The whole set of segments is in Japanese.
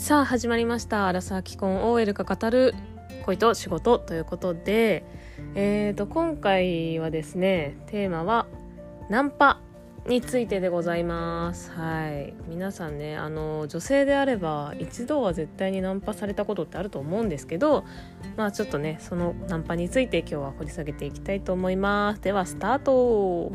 さあ始まりました。アラサー既婚 OL が語る恋と仕事ということで、今回はですね、テーマはナンパについてでございます。はい、皆さんね、女性であれば一度は絶対にナンパされたことってあると思うんですけど、ちょっとね、そのナンパについて今日は掘り下げていきたいと思います。ではスタート。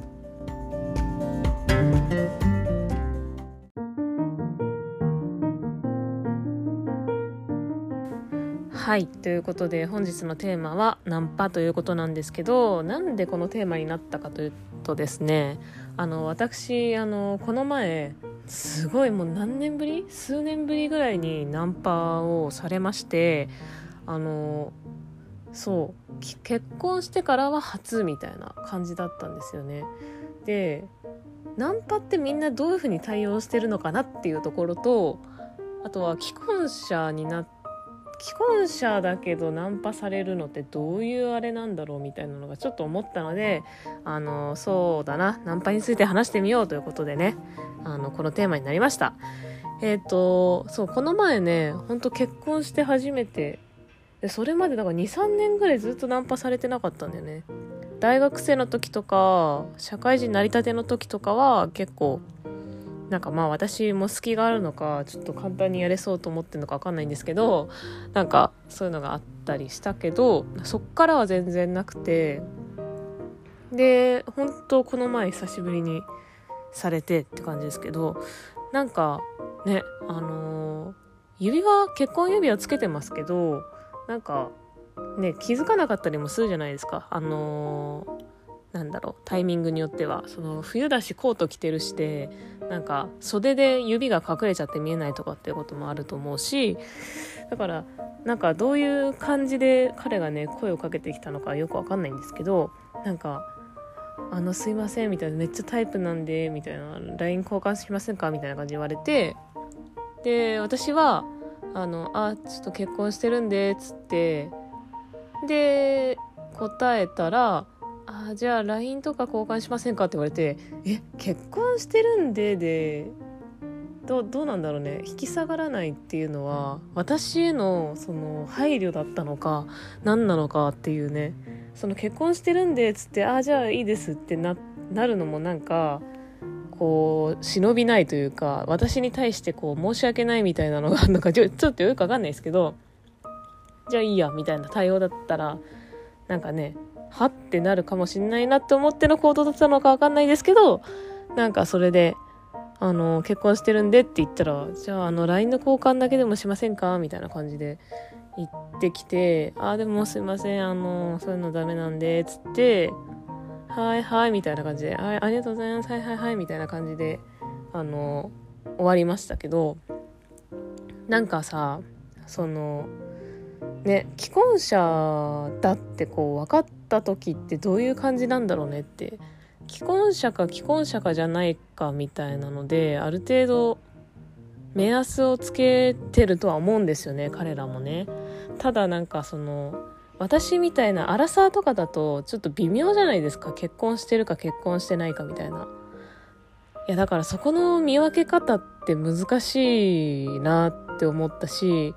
はい、ということで本日のテーマはナンパということなんですけど、なんでこのテーマになったかというとですね、私この前すごいもう数年ぶりぐらいにナンパをされまして、結婚してからは初みたいな感じだったんですよね。で、ナンパってみんなどういう風に対応してるのかなっていうところと、あとは既婚者だけどナンパされるのってどういうあれなんだろうみたいなのがちょっと思ったので、そうだな、ナンパについて話してみようということでね、このテーマになりました。この前ね、本当結婚して初めてで、それまでだから 2,3 年ぐらいずっとナンパされてなかったんだよね。大学生の時とか社会人なりたての時とかは結構私も隙があるのかちょっと簡単にやれそうと思ってるのか分かんないんですけど、そういうのがあったりしたけど、そっからは全然なくて、で本当この前久しぶりにされてって感じですけど、結婚指輪つけてますけど、気づかなかったりもするじゃないですか。タイミングによっては冬だしコート着てるしで、袖で指が隠れちゃって見えないとかっていうこともあると思うし、だからどういう感じで彼がね声をかけてきたのかよくわかんないんですけど、すいませんみたいな、めっちゃタイプなんでみたいな、 LINE 交換しませんかみたいな感じで言われて、で私はちょっと結婚してるんでつってで答えたら、じゃあ LINE とか交換しませんかって言われて、結婚してるんでどうなんだろうね、引き下がらないっていうのは私へのその配慮だったのか何なのかっていうね、その結婚してるんでつってじゃあいいですってなるのも忍びないというか、私に対して申し訳ないみたいなのがちょっとよくわかんないですけど、じゃあいいやみたいな対応だったらはってなるかもしれないなって思っての行動だったのかわかんないですけど、それで結婚してるんでって言ったら、じゃあLINE の交換だけでもしませんかみたいな感じで言ってきて、でもすいませんそういうのダメなんでつって、はいはいみたいな感じで、ありがとうございます、はいはいはいみたいな感じで終わりましたけど、既婚者だって分かった時ってどういう感じなんだろうねって、既婚者か既婚者かじゃないかみたいなので、ある程度目安をつけてるとは思うんですよね、彼らもね。ただ私みたいなアラサーとかだとちょっと微妙じゃないですか、結婚してるか結婚してないかみたいな。いやだからそこの見分け方って難しいなって思ったし、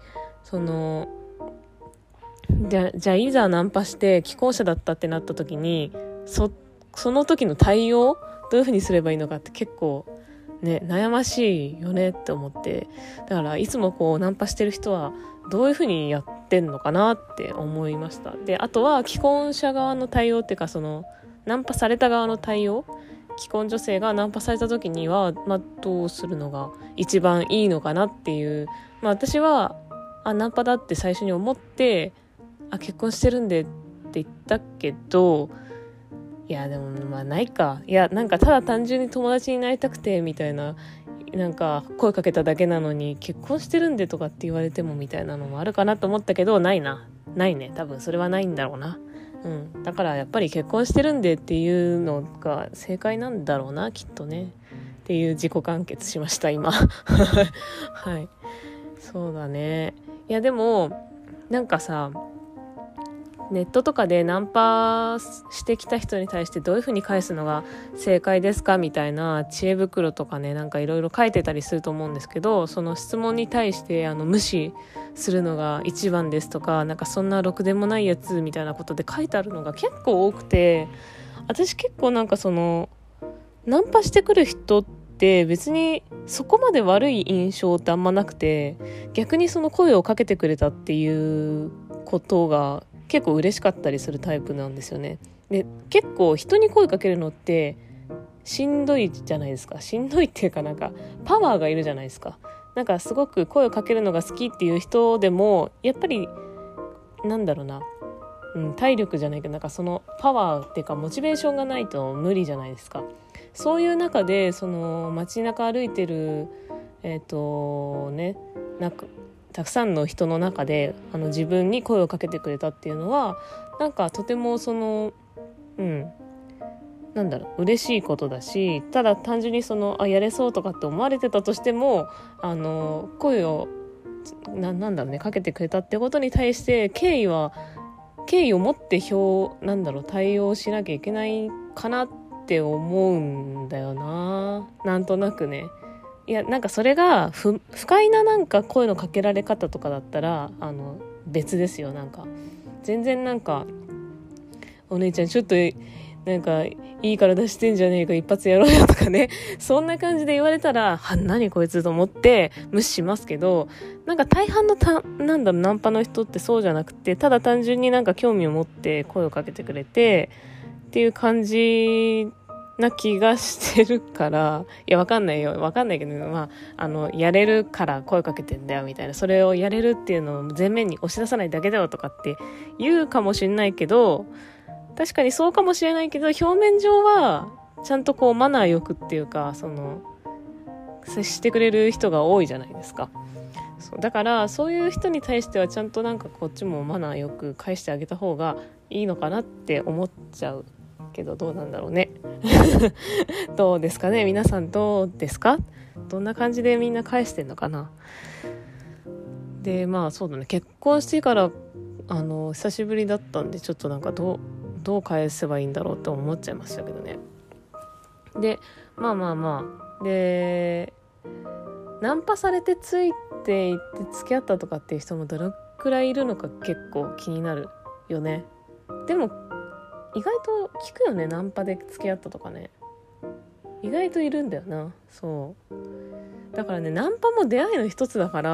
じゃあいざナンパして既婚者だったってなった時にその時の対応どういう風にすればいいのかって結構ね悩ましいよねって思って、だからいつもナンパしてる人はどういう風にやってんのかなって思いました。であとは既婚者側の対応っていうか、ナンパされた側の対応、既婚女性がナンパされた時には、どうするのが一番いいのかなっていう、私はナンパだって最初に思って結婚してるんでって言ったけど、いやでもないか、いやただ単純に友達になりたくてみたいな、声かけただけなのに結婚してるんでとかって言われてもみたいなのもあるかなと思ったけど、ないね、多分それはないんだろうな。だからやっぱり結婚してるんでっていうのが正解なんだろうな、きっとねっていう自己完結しました今はい、そうだね。いやでもネットとかでナンパしてきた人に対してどういうふうに返すのが正解ですかみたいな知恵袋とかね、なんかいろいろ書いてたりすると思うんですけど、その質問に対して無視するのが一番ですとか、なんかそんなろくでもないやつみたいなことで書いてあるのが結構多くて、私結構なんかそのナンパしてくる人って別にそこまで悪い印象ってあんまなくて、逆にその声をかけてくれたっていうことが結構嬉しかったりするタイプなんですよね。で、結構人に声かけるのってしんどいじゃないですか。しんどいっていうか、なんかパワーがいるじゃないですか。なんかすごく声をかけるのが好きっていう人でもやっぱりなんだろうな、体力じゃないけど、なんかそのパワーっていうかモチベーションがないと無理じゃないですか。そういう中でその街中歩いてるなんかたくさんの人の中で自分に声をかけてくれたっていうのは、なんかとてもそのなんだろう、嬉しいことだし、ただ単純にそのやれそうとかって思われてたとしても、声をなんだろうね、かけてくれたってことに対して敬意を持って対応しなきゃいけないかなって思うんだよな。なんとなくね。いや、なんかそれが不快ななんか声のかけられ方とかだったら別ですよ。なんか全然なんかお姉ちゃんちょっとなんかいい体してんじゃねえか一発やろうよとかね、そんな感じで言われたら何こいつと思って無視しますけど、なんか大半のナンパの人ってそうじゃなくて、ただ単純になんか興味を持って声をかけてくれてっていう感じな気がしてるから、いやわかんないけど、やれるから声かけてんだよみたいな、それをやれるっていうのを前面に押し出さないだけだよとかって言うかもしれないけど、確かにそうかもしれないけど、表面上はちゃんとこうマナーよくっていうか、その接してくれる人が多いじゃないですか。そうだからそういう人に対してはちゃんとなんかこっちもマナーよく返してあげた方がいいのかなって思っちゃうけど、どうなんだろうねどうですかね、皆さんどうですか？どんな感じでみんな返してんのかな。で、そうだね、結婚してから久しぶりだったんで、ちょっとなんかどう返せばいいんだろうって思っちゃいましたけどね。で、でナンパされてついていって付き合ったとかっていう人もどのくらいいるのか結構気になるよね。でも意外と聞くよね、ナンパで付き合ったとかね。意外といるんだよな。そうだからね、ナンパも出会いの一つだから、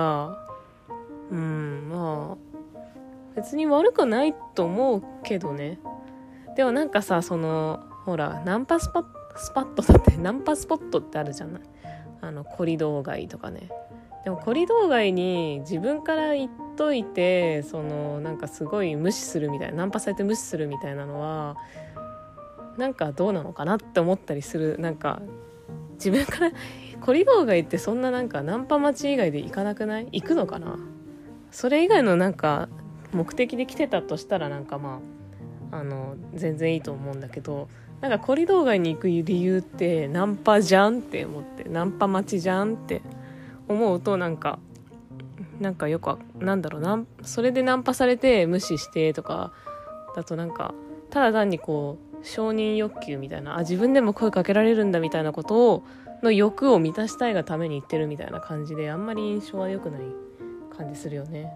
別に悪くないと思うけどね。でもなんかさ、そのほらナンパスポットってあるじゃない。コリドー街とかね。でもコリドー街に自分から言っといて、そのなんかすごい無視するみたいな、ナンパされて無視するみたいなのはなんかどうなのかなって思ったりする。なんか自分からコリドー街ってそんななんかナンパ待ち以外で行かなくない？行くのかな？それ以外のなんか目的で来てたとしたらなんか全然いいと思うんだけど、なんかコリドー街に行く理由ってナンパじゃんって思って、ナンパ待ちじゃんって思うと、なんかよくそれでナンパされて無視してとかだと、なんかただ単にこう承認欲求みたいな、自分でも声かけられるんだみたいなことの欲を満たしたいがために言ってるみたいな感じで、あんまり印象は良くない感じするよね。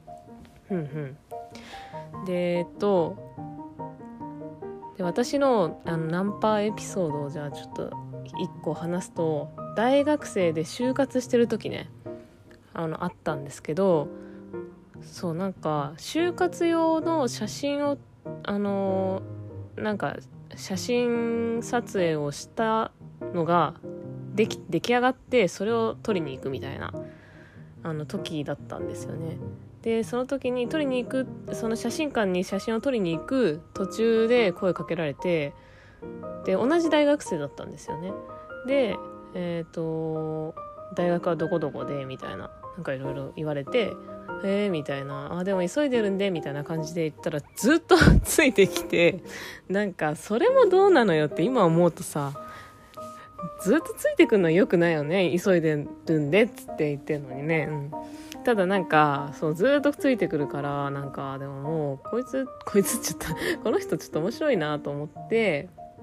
で私のナンパエピソードをじゃあちょっと一個話すと、大学生で就活してる時ね、あったんですけど、そうなんか就活用の写真をなんか写真撮影をしたのが出来上がって、それを撮りに行くみたいな時だったんですよね。でその時にその写真館に写真を撮りに行く途中で声かけられて、で同じ大学生だったんですよね。で大学はどこどこでみたいな、なんかいろいろ言われて、みたいな、でも急いでるんでみたいな感じで言ったら、ずっとついてきて、なんかそれもどうなのよって今思うとさ、ずっとついてくるのは良くないよね、急いでるんでっつって言ってるのにね。 ただなんかそうずっとついてくるから、なんかでももうこいつちょっとこの人ちょっと面白いなと思って、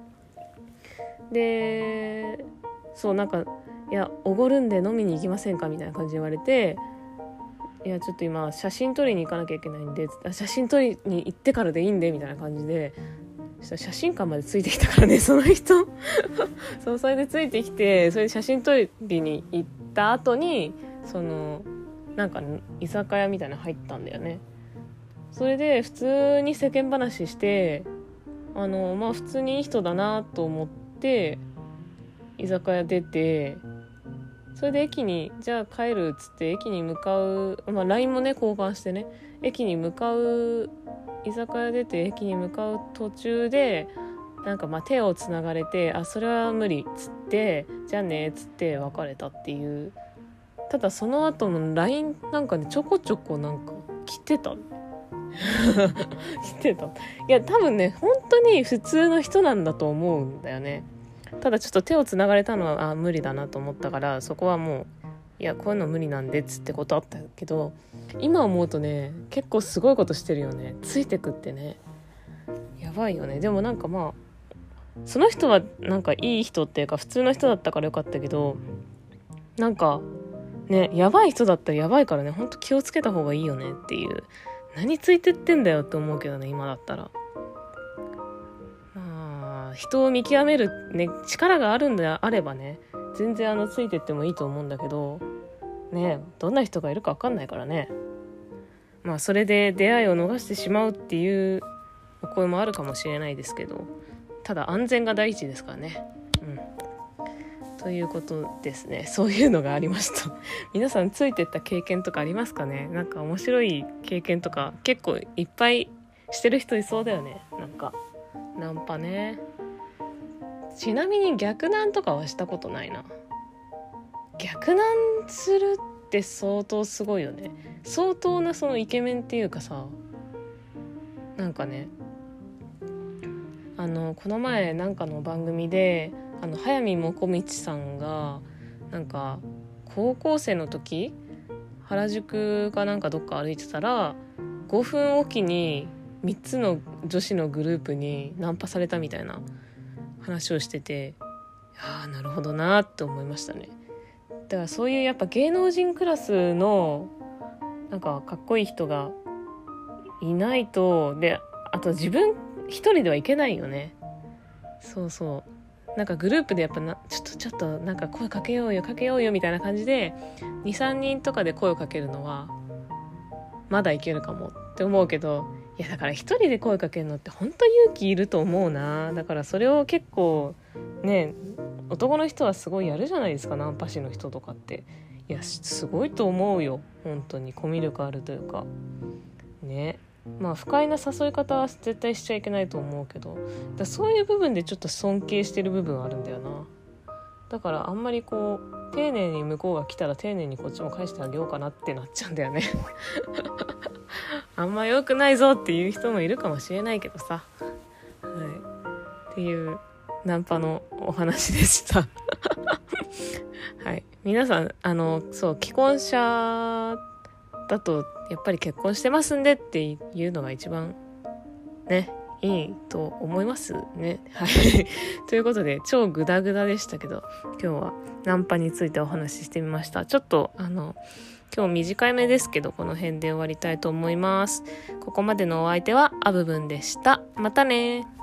でそうなんかいやおごるんで飲みに行きませんかみたいな感じで言われて、いやちょっと今写真撮りに行かなきゃいけないんで、写真撮りに行ってからでいいんでみたいな感じで、そしたら写真館までついてきたからね、その人そうそれでついてきて、それで写真撮りに行った後にそのなんか居酒屋みたいなの入ったんだよね。それで普通に世間話して、まあ普通にいい人だなと思って居酒屋出て、それで駅にじゃあ帰るっつって駅に向かう、まあ LINE もね交換してね、駅に向かう、居酒屋出て駅に向かう途中でなんかまあ手をつながれて、あそれは無理っつって、じゃあねっつって別れたっていう。ただその後も LINE なんかねちょこちょこなんか来てた来てた。いや多分ね本当に普通の人なんだと思うんだよね。ただちょっと手をつながれたのは無理だなと思ったから、そこはもういやこういうの無理なんでっつってことあったけど、今思うとね結構すごいことしてるよね。ついてくってねやばいよね。でもなんかまあその人はなんかいい人っていうか普通の人だったからよかったけど、なんかねやばい人だったらやばいからね、ほんと気をつけた方がいいよねっていう。何ついてってんだよって思うけどね、今だったら。まあ人を見極めるね力があるんであればね、全然ついてってもいいと思うんだけどね、どんな人がいるか分かんないからね。まあそれで出会いを逃してしまうっていうお声もあるかもしれないですけど、ただ安全が第一ですからね。ということですね。そういうのがありました皆さんついてった経験とかありますかね。なんか面白い経験とか結構いっぱいしてる人いそうだよね。なんかナンパね。ちなみに逆ナンとかはしたことないな。逆ナンするって相当すごいよね。相当なそのイケメンっていうかさ、なんかねこの前なんかの番組で速水もこみちさんがなんか高校生の時原宿かなんかどっか歩いてたら5分おきに3つの女子のグループにナンパされたみたいな話をしてて、ああなるほどなって思いましたね。だからそういうやっぱ芸能人クラスのなんかかっこいい人がいないと、であと自分一人ではいけないよね。そうそう、なんかグループでやっぱちょっとなんか声かけようよみたいな感じで 2,3 人とかで声をかけるのはまだいけるかもって思うけど、いやだから一人で声かけるのって本当勇気いると思うな。だからそれを結構ね男の人はすごいやるじゃないですか、ナンパ師の人とかって。いやすごいと思うよ、本当にコミュ力あるというかね。まあ不快な誘い方は絶対しちゃいけないと思うけど、そういう部分でちょっと尊敬してる部分あるんだよな。だからあんまりこう丁寧に向こうが来たら丁寧にこっちも返してあげようかなってなっちゃうんだよねあんま良くないぞっていう人もいるかもしれないけどさ、はい、っていうナンパのお話でしたはい、皆さんそう既婚者だとやっぱり結婚してますんでっていうのが一番ねいいと思いますね。はいということで超グダグダでしたけど、今日はナンパについてお話ししてみました。ちょっと今日短いめですけどこの辺で終わりたいと思います。ここまでのお相手はあぶぶんでした。またね。